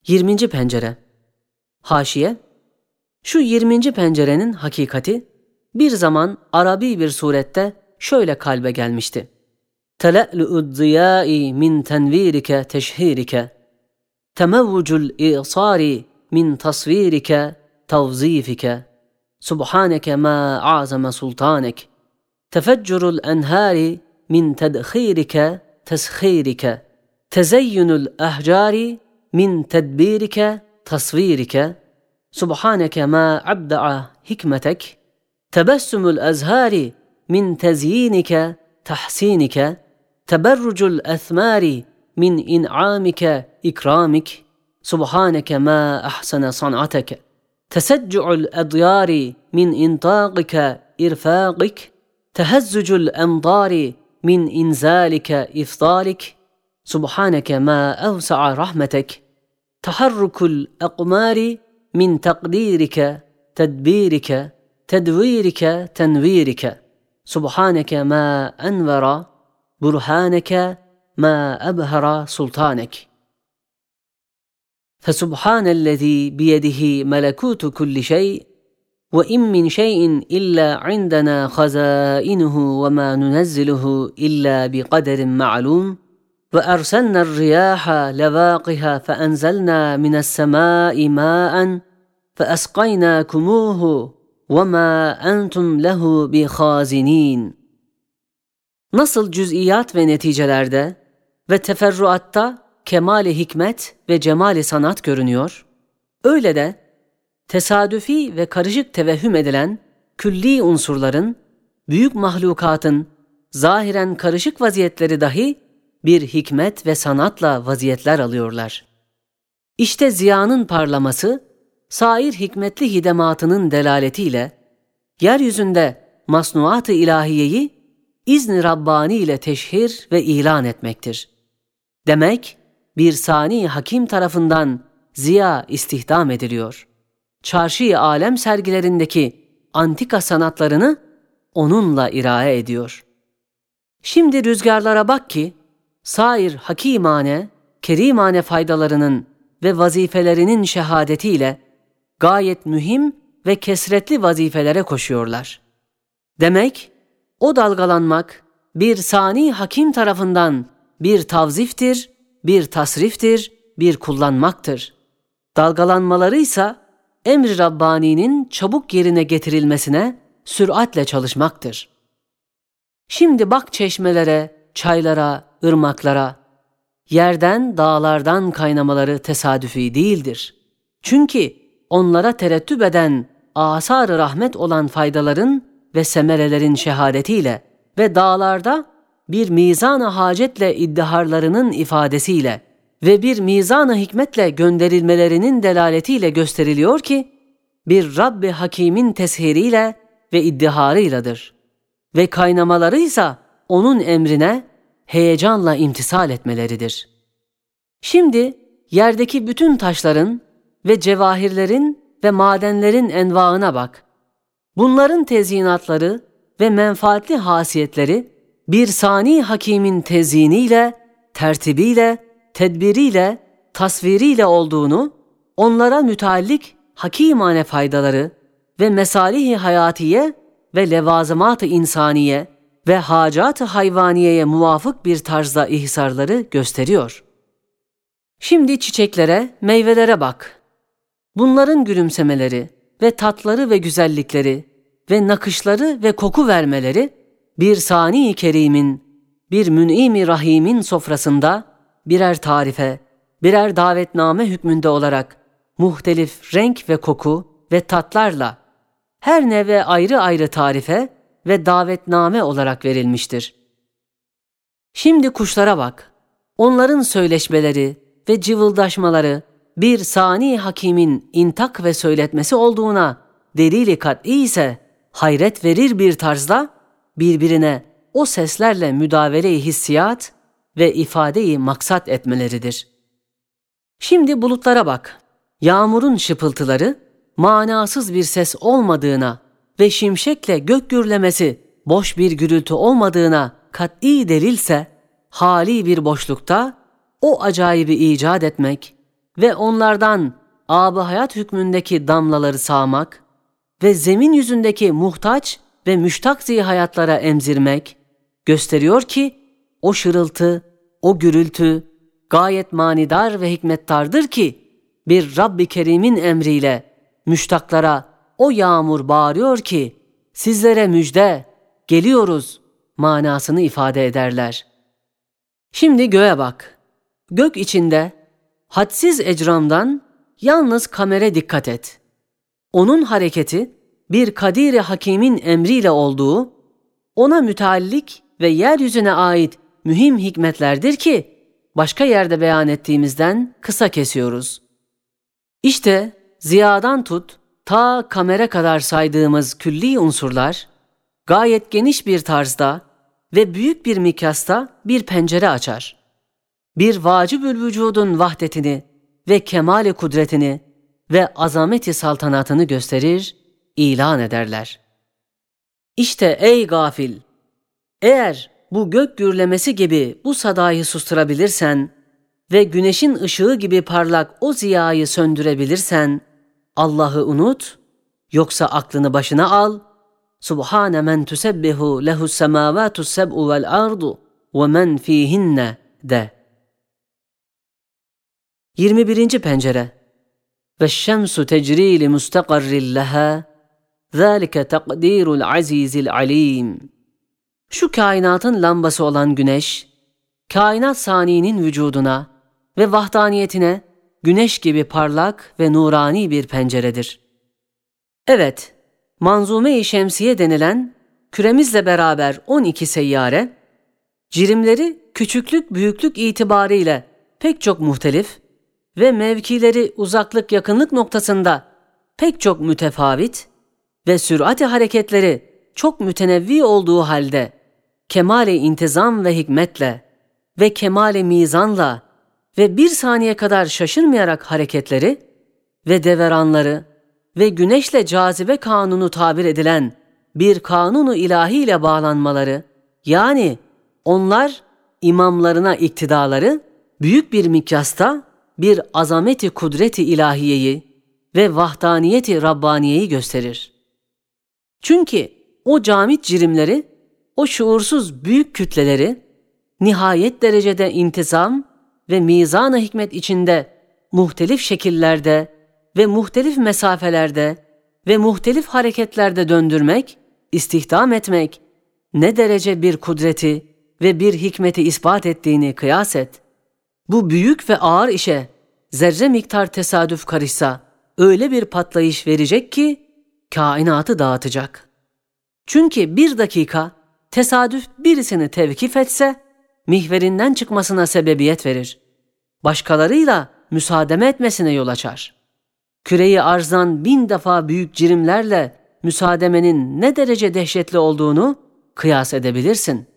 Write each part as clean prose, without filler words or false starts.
20. pencere. Haşiye. Şu 20. pencerenin hakikati bir zaman Arabi bir surette şöyle kalbe gelmişti. Tele'lu'd ziyâi min tenvîrike teşhîrike, temevvucul i'sâri min tasvîrike tavzîfike, subhaneke mâ a'zame sultanek, tefeccurul enhâri min tedhîrike teshîrike, tezeyyünül ahcâri min tedbîrike tasvîrike, subhaneke mâ abda'a hikmetek, tebessümül ezhâri min tezyînike tahsînike, teberrucul ethmâri min in'âmike ikramik, subhaneke mâ ahsene san'ateke, teseccu'ul edyâri min intâqike irfâqik, tehezzucul emdâri min inzâlike ifdâlik, subhaneke mâ evsa'a rahmetek, taharrukul ekmâri min takdirike tedbirike tedvirike tenvirike, subhaneke mâ envera burhaneke mâ ebhera sultanek. Fesubhanellezî biyedihi melekûtu kulli şey ve in min şeyin illa indena khazâinuhu ve mâ nunezziluhu illa bi kaderin ma'lûm ve erselnâ'r riyâha levâqiha fe enzelnâ mine's-semâi mâen fe esqaynâkumuhu ve mâ entum lehu bihâzinîn. Nasıl cüz'iyat ve neticelerde ve teferruatta kemali hikmet ve cemali sanat görünüyor, öyle de tesadüfi ve karışık tevehhüm edilen külli unsurların, büyük mahlukatın zahiren karışık vaziyetleri dahi bir hikmet ve sanatla vaziyetler alıyorlar. İşte ziyanın parlaması, sair hikmetli hidematının delaletiyle, yeryüzünde masnuat-ı ilahiyeyi izni Rabbani ile teşhir ve ilan etmektir. Demek, bir sani hakim tarafından ziya istihdam ediliyor. Çarşı-i alem sergilerindeki antika sanatlarını onunla iraye ediyor. Şimdi rüzgarlara bak ki, sair hakimane, kerimane faydalarının ve vazifelerinin şehadetiyle gayet mühim ve kesretli vazifelere koşuyorlar. Demek, o dalgalanmak bir sani hakim tarafından bir tavziftir, bir tasriftir, bir kullanmaktır. Dalgalanmaları ise emri Rabbani'nin çabuk yerine getirilmesine süratle çalışmaktır. Şimdi bak çeşmelere, çaylara, ırmaklara, yerden, dağlardan kaynamaları tesadüfi değildir. Çünkü onlara terettüp eden asar-ı rahmet olan faydaların ve semerelerin şehadetiyle ve dağlarda bir mizan-ı hacetle iddiharlarının ifadesiyle ve bir mizan-ı hikmetle gönderilmelerinin delaletiyle gösteriliyor ki, bir Rabb-i Hakîm'in teshiriyle ve iddiharıyladır. Ve kaynamaları ise onun emrine heyecanla imtisal etmeleridir. Şimdi yerdeki bütün taşların ve cevahirlerin ve madenlerin envaına bak. Bunların tezyinatları ve menfaatli hasiyetleri bir sani hakimin tezyiniyle, tertibiyle, tedbiriyle, tasviriyle olduğunu, onlara müteallik hakimane faydaları ve mesalih-i hayatiye ve levazımat-ı insaniye ve hacat-ı hayvaniyeye muvafık bir tarzda ihsarları gösteriyor. Şimdi çiçeklere, meyvelere bak. Bunların gülümsemeleri ve tatları ve güzellikleri ve nakışları ve koku vermeleri bir sani-i kerimin, bir mün'im-i rahimin sofrasında birer tarife, birer davetname hükmünde olarak muhtelif renk ve koku ve tatlarla her neve ayrı ayrı tarife ve davetname olarak verilmiştir. Şimdi kuşlara bak. Onların söyleşmeleri ve cıvıldaşmaları bir sani hakimin intak ve söyletmesi olduğuna delil-i kat'i ise hayret verir bir tarzda birbirine o seslerle müdavele-i hissiyat ve ifade-i maksat etmeleridir. Şimdi bulutlara bak. Yağmurun şıpıltıları manasız bir ses olmadığına ve şimşekle gök gürlemesi boş bir gürültü olmadığına kat'i delilse, hali bir boşlukta o acayibi icat etmek ve onlardan âb-ı hayat hükmündeki damlaları sağmak ve zemin yüzündeki muhtaç ve müştak zihayatlara emzirmek gösteriyor ki o şırıltı, o gürültü gayet manidar ve hikmettardır ki bir Rabb-i Kerim'in emriyle müştaklara o yağmur bağırıyor ki sizlere müjde, geliyoruz manasını ifade ederler. Şimdi göğe bak. Gök içinde hadsiz ecramdan yalnız kamera dikkat et. Onun hareketi bir Kadir-i Hakîm'in emriyle olduğu, ona müteallik ve yeryüzüne ait mühim hikmetlerdir ki başka yerde beyan ettiğimizden kısa kesiyoruz. İşte ziyadan tut ta kamera kadar saydığımız külli unsurlar gayet geniş bir tarzda ve büyük bir mikyasta bir pencere açar. Bir vacibül vücudun vahdetini ve kemale kudretini ve azameti saltanatını gösterir, ilan ederler. İşte ey gafil! Eğer bu gök gürlemesi gibi bu sadayı susturabilirsen ve güneşin ışığı gibi parlak o ziyayı söndürebilirsen, Allah'ı unut, yoksa aklını başına al, Subhane men tusebbihu lehu's semavatus seb'u vel ardu ve men fihinne de. 21. pencere. Ve'ş-şemsu tecri li mustakarrin leha, zâlike takdirul azizil alim. Şu kainatın lambası olan güneş, kainat saninin vücuduna ve vahdaniyetine güneş gibi parlak ve nurani bir penceredir. Evet, Manzume-i Şemsiye denilen küremizle beraber 12 seyyare, cirimleri küçüklük büyüklük itibariyle pek çok muhtelif ve mevkileri uzaklık yakınlık noktasında pek çok mütefavit ve sürati hareketleri çok mütenevvi olduğu halde kemale intizam ve hikmetle ve kemale mizanla ve bir saniye kadar şaşırmayarak hareketleri ve deveranları ve güneşle cazibe kanunu tabir edilen bir kanunu ilahiyle bağlanmaları, yani onlar imamlarına iktidaları büyük bir mikyasta bir azameti kudreti ilahiyeyi ve vahdaniyeti Rabbaniyeyi gösterir. Çünkü o camit cirimleri, o şuursuz büyük kütleleri nihayet derecede intizam ve mizan-ı hikmet içinde muhtelif şekillerde ve muhtelif mesafelerde ve muhtelif hareketlerde döndürmek, istihdam etmek ne derece bir kudreti ve bir hikmeti ispat ettiğini kıyas et. Bu büyük ve ağır işe zerre miktar tesadüf karışsa öyle bir patlayış verecek ki kainatı dağıtacak. Çünkü bir dakika tesadüf birisini tevkif etse mihverinden çıkmasına sebebiyet verir. Başkalarıyla müsaademe etmesine yol açar. Küreyi arzdan 1000 defa büyük cirimlerle müsaademenin ne derece dehşetli olduğunu kıyas edebilirsin.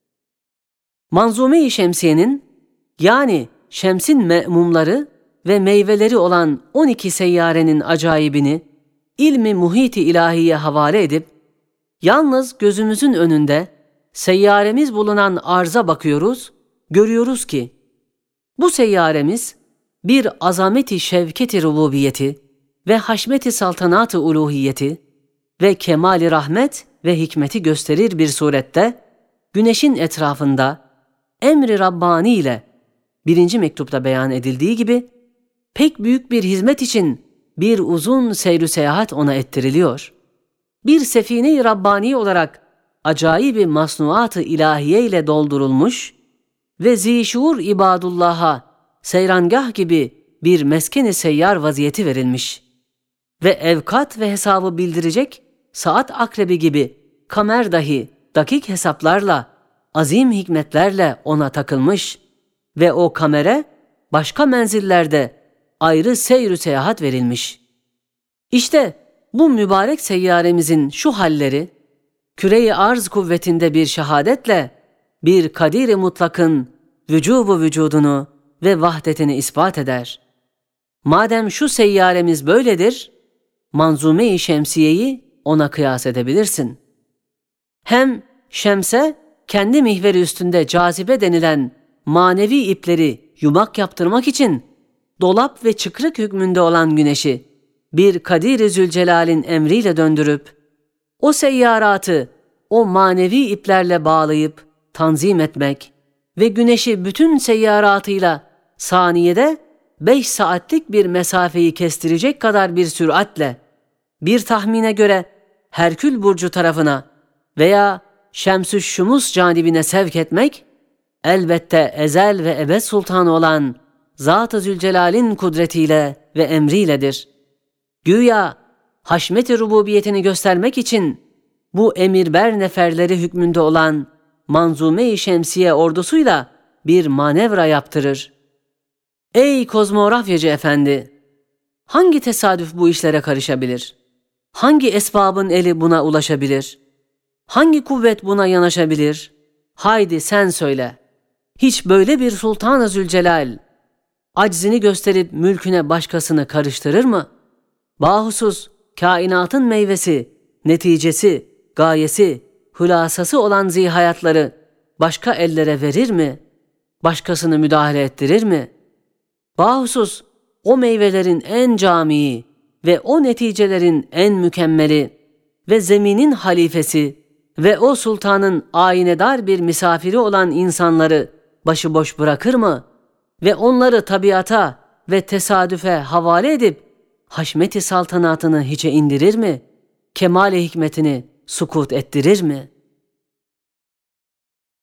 Manzume-i Şemsiye'nin, yani şemsin me'mumları ve meyveleri olan 12 seyyarenin acayibini ilmi muhit-i ilahiye havale edip yalnız gözümüzün önünde seyyaremiz bulunan arza bakıyoruz, görüyoruz ki bu seyyaremiz bir azameti şevketi rububiyeti ve haşmeti saltanatı uluhiyeti ve kemali rahmet ve hikmeti gösterir bir surette güneşin etrafında emri Rabbani ile 1. mektupta beyan edildiği gibi pek büyük bir hizmet için bir uzun seyr-ü seyahat ona ettiriliyor. Bir sefine-i Rabbani olarak acayip masnuat-ı ilahiye ile doldurulmuş ve zişuur ibadullah'a seyrangah gibi bir meskeni seyyar vaziyeti verilmiş ve evkat ve hesabı bildirecek saat akrebi gibi kamer dahi dakik hesaplarla, azim hikmetlerle ona takılmış ve o kamere başka menzillerde ayrı seyr-ü seyahat verilmiş. İşte bu mübarek seyyaremizin şu halleri, küre-i arz kuvvetinde bir şehadetle bir kadir-i mutlakın vücubu vücudunu ve vahdetini ispat eder. Madem şu seyyaremiz böyledir, Manzume-i Şemsiye'yi ona kıyas edebilirsin. Hem şemse kendi mihveri üstünde cazibe denilen manevi ipleri yumak yaptırmak için dolap ve çıkrık hükmünde olan güneşi bir Kadir-i Zülcelal'in emriyle döndürüp, o seyyaratı o manevi iplerle bağlayıp tanzim etmek ve güneşi bütün seyyaratıyla saniyede 5 saatlik bir mesafeyi kestirecek kadar bir süratle, bir tahmine göre Herkül burcu tarafına veya Şems-ü Şumus canibine sevk etmek, elbette ezel ve ebed sultanı olan Zat-ı Zülcelal'in kudretiyle ve emriyledir. Güya haşmet-i rububiyetini göstermek için bu emirber neferleri hükmünde olan Manzume-i Şemsiye ordusuyla bir manevra yaptırır. Ey kozmografyacı efendi! Hangi tesadüf bu işlere karışabilir? Hangi esbabın eli buna ulaşabilir? Hangi kuvvet buna yanaşabilir? Haydi sen söyle. Hiç böyle bir Sultan-ı Zülcelal aczini gösterip mülküne başkasını karıştırır mı? Bahusus kainatın meyvesi, neticesi, gayesi, hülasası olan zihayatları başka ellere verir mi? Başkasını müdahale ettirir mi? Bahusus o meyvelerin en camii ve o neticelerin en mükemmeli ve zeminin halifesi ve o sultanın ayinedar bir misafiri olan insanları başıboş bırakır mı? Ve onları tabiata ve tesadüfe havale edip haşmet-i saltanatını hiçe indirir mi? Kemal-i hikmetini sukut ettirir mi?